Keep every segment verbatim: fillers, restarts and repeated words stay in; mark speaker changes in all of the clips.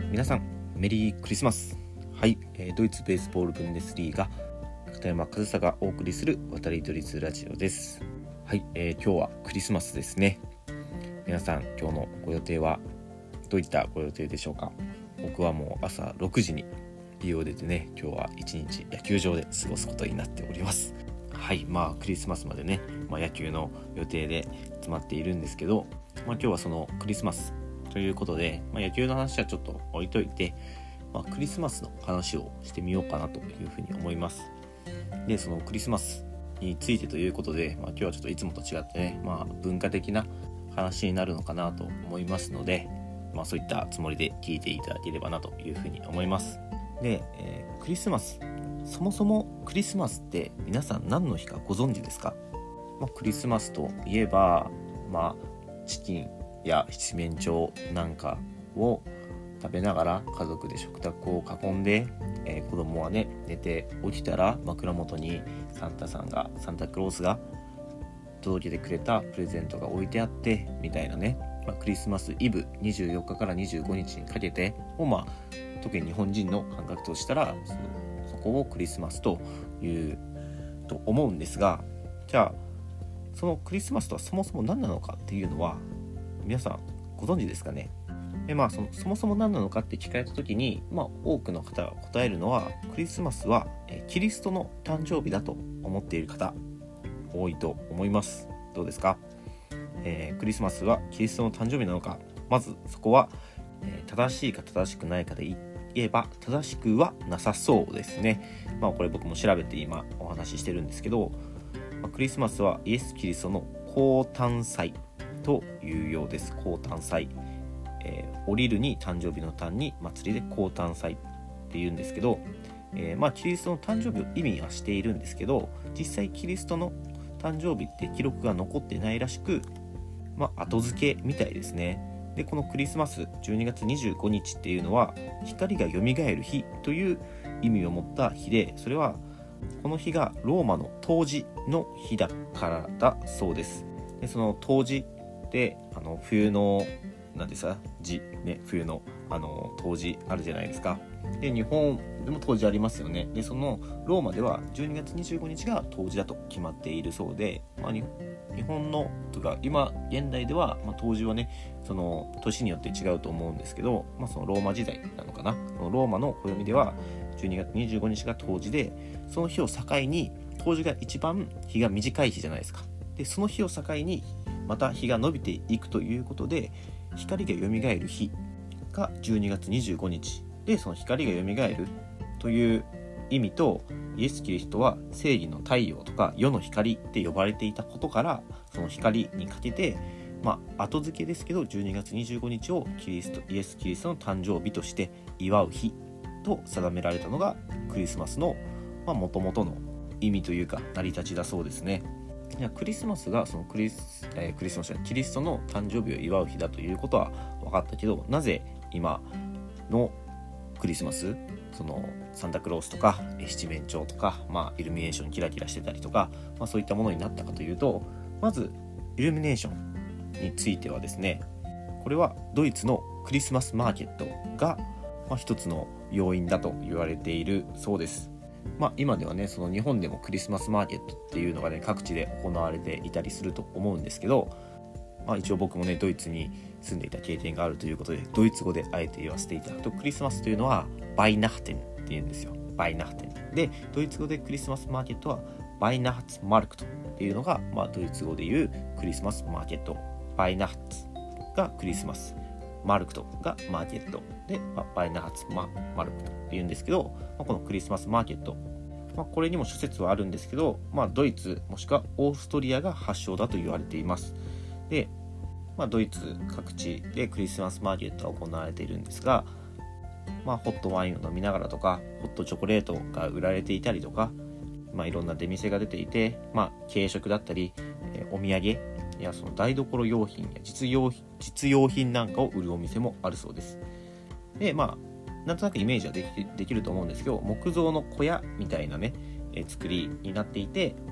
Speaker 1: 皆さんメリークリスマス。はい、えー、ドイツベースボールブンデスリーガ片山和沙がお送りする渡りドリツラジオです。はい、えー、今日はクリスマスですね。皆さん今日のご予定はどういったご予定でしょうか。僕はもう朝ろくじに家を出てね、今日は一日野球場で過ごすことになっております。はい、まあクリスマスまでね、まあ、野球の予定で詰まっているんですけど、まあ、今日はそのクリスマスということで、まあ、野球の話はちょっと置いといて、まあ、クリスマスの話をしてみようかなというふうに思います。で、そのクリスマスについてということで、まあ、今日はちょっといつもと違ってね、まあ、文化的な話になるのかなと思いますので、まあ、そういったつもりで聞いていただければなというふうに思います。で、えー、クリスマス、そもそもクリスマスって皆さん何の日かご存知ですか？まあ、クリスマスといえば、まあ、チキンや七面鳥なんかを食べながら家族で食卓を囲んで、えー、子供はね寝て起きたら枕元にサンタさんがサンタクロースが届けてくれたプレゼントが置いてあってみたいなね、まあ、クリスマスイブにじゅうよっかからにじゅうごにちにかけてを、まあ、特に日本人の感覚としたら そ, そこをクリスマスというと思うんですが、じゃあそのクリスマスとはそもそも何なのかっていうのは皆さんご存知ですかね。で、まあ、そ, のそもそも何なのかって聞かれた時に、まあ、多くの方が答えるのはクリスマスはえキリストの誕生日だと思っている方多いと思います。どうですか？えー、クリスマスはキリストの誕生日なのか。まずそこは、えー、正しいか正しくないかで言えば正しくはなさそうですね。まあこれ僕も調べて今お話ししてるんですけど、まあ、クリスマスはイエス・キリストの降誕祭というようです。降誕祭、えー、降りるに誕生日の誕に祭りで降誕祭っていうんですけど、えー、まあキリストの誕生日を意味はしているんですけど、実際キリストの誕生日って記録が残ってないらしく、まあ後付けみたいですね。で、このクリスマスじゅうにがつにじゅうごにちっていうのは光がよみがえる日という意味を持った日で、それはこの日がローマの冬至の日だからだそうです。で、その冬至であの冬の何ですか、じね、冬のあの冬至あるじゃないですか。で、日本でも冬至ありますよね。で、そのローマではじゅうにがつにじゅうごにちが冬至だと決まっているそうで、まあ、日本のとか今現代では、まあ、冬至はねその年によって違うと思うんですけど、まあ、そのローマ時代なのかな、そのローマの暦ではじゅうにがつにじゅうごにちが冬至で、その日を境に冬至が一番日が短い日じゃないですか。で、その日を境にまた日が伸びていくということで、光がよみがえる日がじゅうにがつにじゅうごにちで、その光がよみがえるという意味と、イエス・キリストは正義の太陽とか世の光って呼ばれていたことから、その光にかけて、まあ後付けですけどじゅうにがつにじゅうごにちをキリストイエス・キリストの誕生日として祝う日と定められたのがクリスマスのもともとの意味というか成り立ちだそうですね。いや、クリスマスがそのクリス、えー、クリスマスキリストの誕生日を祝う日だということは分かったけど、なぜ今のクリスマス、そのサンタクロースとか七面鳥とか、まあ、イルミネーションキラキラしてたりとか、まあ、そういったものになったかというと、まずイルミネーションについてはですね、これはドイツのクリスマスマーケットが、まあ、一つの要因だと言われているそうです。まあ、今ではねその日本でもクリスマスマーケットっていうのがね各地で行われていたりすると思うんですけど、まあ、一応僕もねドイツに住んでいた経験があるということでドイツ語であえて言わせていただくと、クリスマスというのはバイナハテンっていうんですよ。バイナハテンで、ドイツ語でクリスマスマーケットはバイナハツマルクトっていうのが、まあ、ドイツ語で言うクリスマスマーケット。バイナハツがクリスマス、マルクトがマーケットで、まあ、バイナハツ マ, マルクトっていうんですけど、まあ、このクリスマスマーケット、まあ、これにも諸説はあるんですけど、まあ、ドイツもしくはオーストリアが発祥だと言われています。で、まあ、ドイツ各地でクリスマスマーケットは行われているんですが、まあ、ホットワインを飲みながらとかホットチョコレートが売られていたりとか、まあ、いろんな出店が出ていて、まあ、軽食だったり、えー、お土産いやその台所用品や実用、実用品なんかを売るお店もあるそうです。で、まあなんとなくイメージはでき、できると思うんですけど、木造の小屋みたいなね、えー、作りになっていて、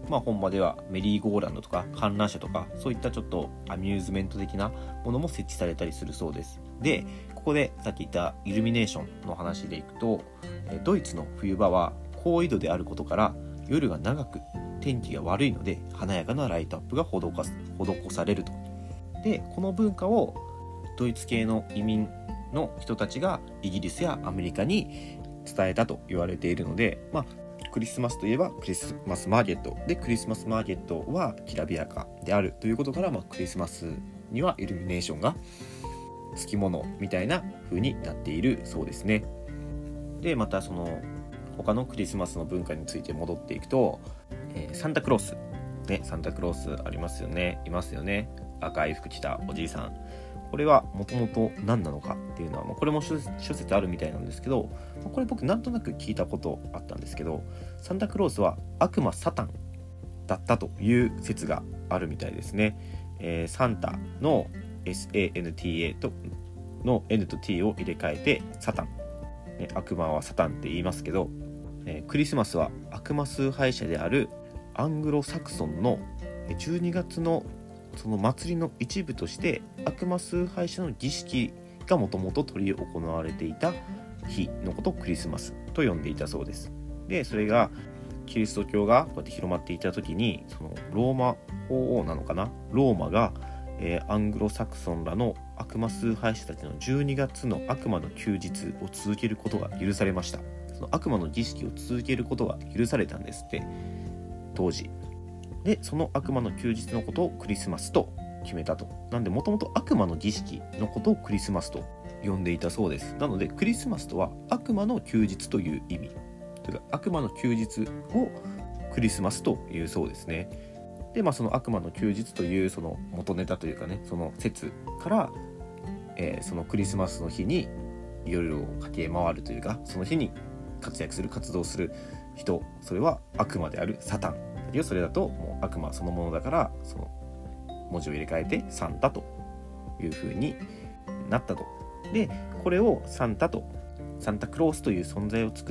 Speaker 1: まあ、本場ではメリーゴーランドとか観覧車とかそういったちょっとアミューズメント的なものも設置されたりするそうです。でここでさっき言ったイルミネーションの話でいくと、ドイツの冬場は高緯度であることから夜が長く天気が悪いので華やかなライトアップが施す施されると。でこの文化をドイツ系の移民の人たちがイギリスやアメリカに伝えたと言われているので、まあクリスマスといえばクリスマスマーケットで、クリスマスマーケットはきらびやかであるということから、まあ、クリスマスにはイルミネーションがつきものみたいな風になっているそうですね。でまたその他のクリスマスの文化について戻っていくと、えー、サンタクロースね、サンタクロースありますよね、いますよね。赤い服着たおじいさん。これはもともと何なのかっていうのは、まあ、これも諸説あるみたいなんですけど、これ僕なんとなく聞いたことあったんですけど、サンタクロースは悪魔サタンだったという説があるみたいですね。えー、サンタの サンタ との N と T を入れ替えてサタン、ね、悪魔はサタンって言いますけど、えー、クリスマスは悪魔崇拝者であるアングロサクソンのじゅうにがつのその祭りの一部として悪魔崇拝者の儀式がもともと執り行われていた日のことをクリスマスと呼んでいたそうです。でそれがキリスト教がこうやって広まっていた時に、そのローマ法王なのかな、ローマが、えー、アングロサクソンらの悪魔崇拝者たちのじゅうにがつの悪魔の休日を続けることが許されました。その悪魔の儀式を続けることが許されたんですって、当時で。その悪魔の休日のことをクリスマスと決めたと。なんでもともと悪魔の儀式のことをクリスマスと呼んでいたそうです。なのでクリスマスとは悪魔の休日という意味というか、悪魔の休日をクリスマスというそうですね。でまあその悪魔の休日というその元ネタというかね、その説から、えー、そのクリスマスの日に夜を駆け回るというか、その日に活躍する活動する人、それは悪魔であるサタン。それだともう悪魔そのものだから、その文字を入れ替えてサンタという風になったと。でこれをサンタとサンタクロースという存在を作って、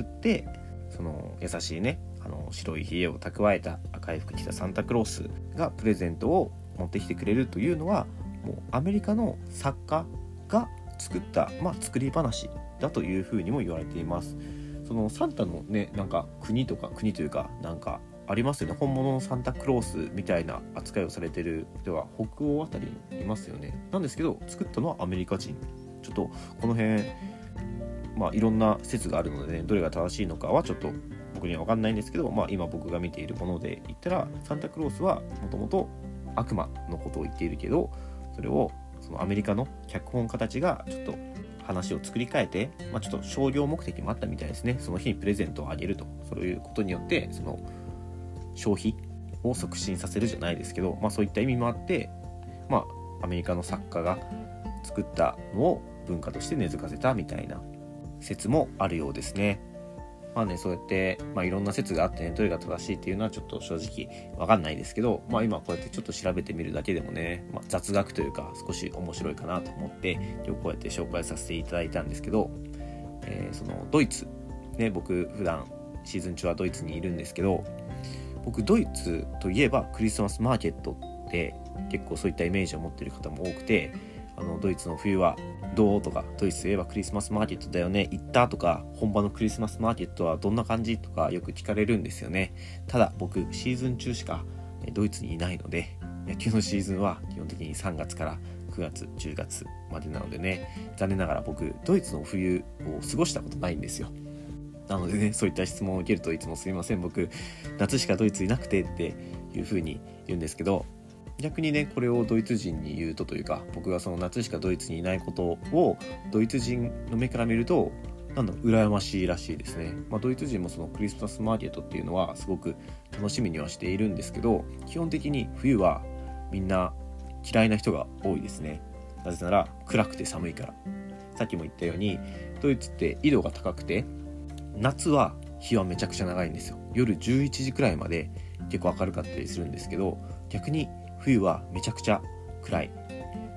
Speaker 1: その優しいね、あの白いひげを蓄えた赤い服着たサンタクロースがプレゼントを持ってきてくれるというのは、もうアメリカの作家が作った、まあ、作り話だという風にも言われています。そのサンタのね、なんか国とか国というかなんかありますよね。本物のサンタクロースみたいな扱いをされてる人は北欧あたりにいますよね。なんですけど作ったのはアメリカ人。ちょっとこの辺まあいろんな説があるのでね、どれが正しいのかはちょっと僕には分かんないんですけど、まあ今僕が見ているもので言ったら、サンタクロースはもともと悪魔のことを言っているけど、それをそのアメリカの脚本家たちがちょっと話を作り変えて、まあ、ちょっと商業目的もあったみたいですね。その日にプレゼントをあげると、そういうことによってその消費を促進させるじゃないですけど、まあ、そういった意味もあって、まあ、アメリカの作家が作ったのを文化として根付かせたみたいな説もあるようですね。まあね、そうやって、まあ、いろんな説があってね、どれが正しいっていうのはちょっと正直わかんないですけど、まあ、今こうやってちょっと調べてみるだけでもね、まあ、雑学というか少し面白いかなと思って今日こうやって紹介させていただいたんですけど、えー、そのドイツね、僕普段シーズン中はドイツにいるんですけど、僕ドイツといえばクリスマスマーケットって結構そういったイメージを持っている方も多くて、あのドイツの冬はどうとか、ドイツといえばクリスマスマーケットだよね、行ったとか、本場のクリスマスマーケットはどんな感じとかよく聞かれるんですよね。ただ僕シーズン中しかドイツにいないので、野球のシーズンは基本的にさんがつからくがつじゅうがつまでなのでね、残念ながら僕ドイツの冬を過ごしたことないんですよ。なのでね、そういった質問を受けるといつもすいません、僕夏しかドイツいなくてっていう風に言うんですけど、逆にねこれをドイツ人に言うとというか、僕がその夏しかドイツにいないことをドイツ人の目から見るとなんだろう、羨ましいらしいですね。まあ、ドイツ人もそのクリスマスマーケットっていうのはすごく楽しみにはしているんですけど、基本的に冬はみんな嫌いな人が多いですね。なぜなら暗くて寒いから。さっきも言ったようにドイツって緯度が高くて、夏は日はめちゃくちゃ長いんですよ。夜じゅういちじくらいまで結構明るかったりするんですけど、逆に冬はめちゃくちゃ暗い。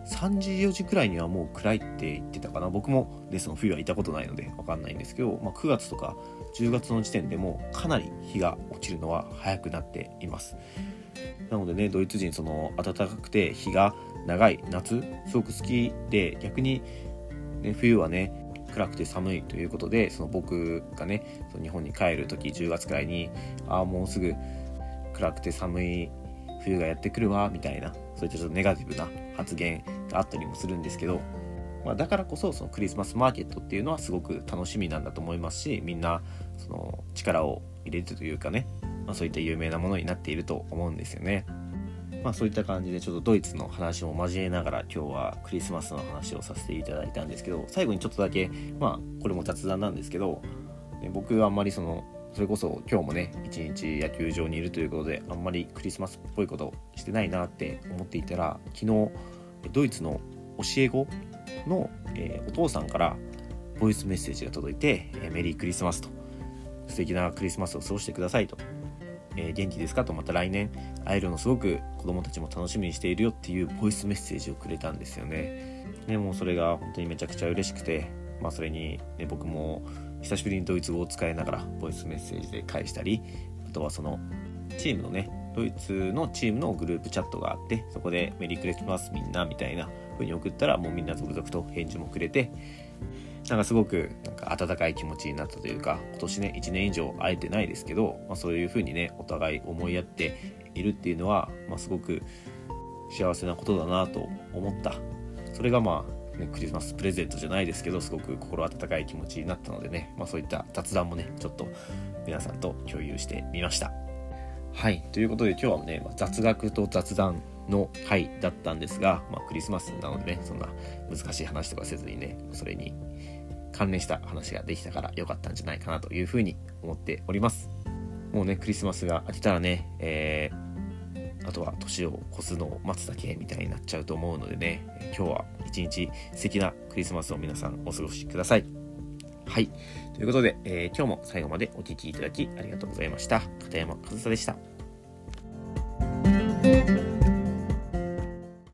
Speaker 1: さんじよじくらいにはもう暗いって言ってたかな。僕もねその冬はいたことないのでわかんないんですけど、まあ、くがつとかじゅうがつの時点でもかなり日が落ちるのは早くなっています。なのでね、ドイツ人その暖かくて日が長い夏すごく好きで、逆に、ね、冬はね暗くて寒いということで、その僕がねその日本に帰る時じゅうがつくらいにああもうすぐ暗くて寒い冬がやってくるわみたいな、そういったちょっとネガティブな発言があったりもするんですけど、まあ、だからこそそのクリスマスマーケットっていうのはすごく楽しみなんだと思いますし、みんなその力を入れてというかね、まあ、そういった有名なものになっていると思うんですよね。まあそういった感じでちょっとドイツの話も交えながら今日はクリスマスの話をさせていただいたんですけど、最後にちょっとだけまあこれも雑談なんですけど、ね、僕はあんまりそのそれこそ今日もね一日野球場にいるということであんまりクリスマスっぽいことしてないなって思っていたら、昨日ドイツの教え子の、えー、お父さんからボイスメッセージが届いて、えー、メリークリスマスと、素敵なクリスマスを過ごしてくださいと、えー、元気ですかと、また来年会えるのすごく子供たちも楽しみにしているよっていうボイスメッセージをくれたんですよね。でもうそれが本当にめちゃくちゃ嬉しくて、まあそれに、ね、僕も久しぶりにドイツ語を使いながらボイスメッセージで返したり、あとはそのチームのねドイツのチームのグループチャットがあって、そこでメリークリスマスみんなみたいな風に送ったら、もうみんな続々と返事もくれて、なんかすごくなんか温かい気持ちになったというか、今年ねいちねん以上会えてないですけど、まあ、そういう風にねお互い思いやっているっていうのは、まあ、すごく幸せなことだなと思った。それがまあ、ね、クリスマスプレゼントじゃないですけど、すごく心温かい気持ちになったのでね、まあ、そういった雑談もねちょっと皆さんと共有してみました。はい、ということで今日はね、まあ、雑学と雑談の回だったんですが、まあ、クリスマスなのでねそんな難しい話とかせずにね、それに関連した話ができたから良かったんじゃないかなというふうに思っております。もうねクリスマスが明けたらね、えー、あとは年を越すのを待つだけみたいになっちゃうと思うのでね、今日は一日素敵なクリスマスを皆さんお過ごしください。はい、ということで、えー、今日も最後までお聞きいただきありがとうございました。片山和沙でした。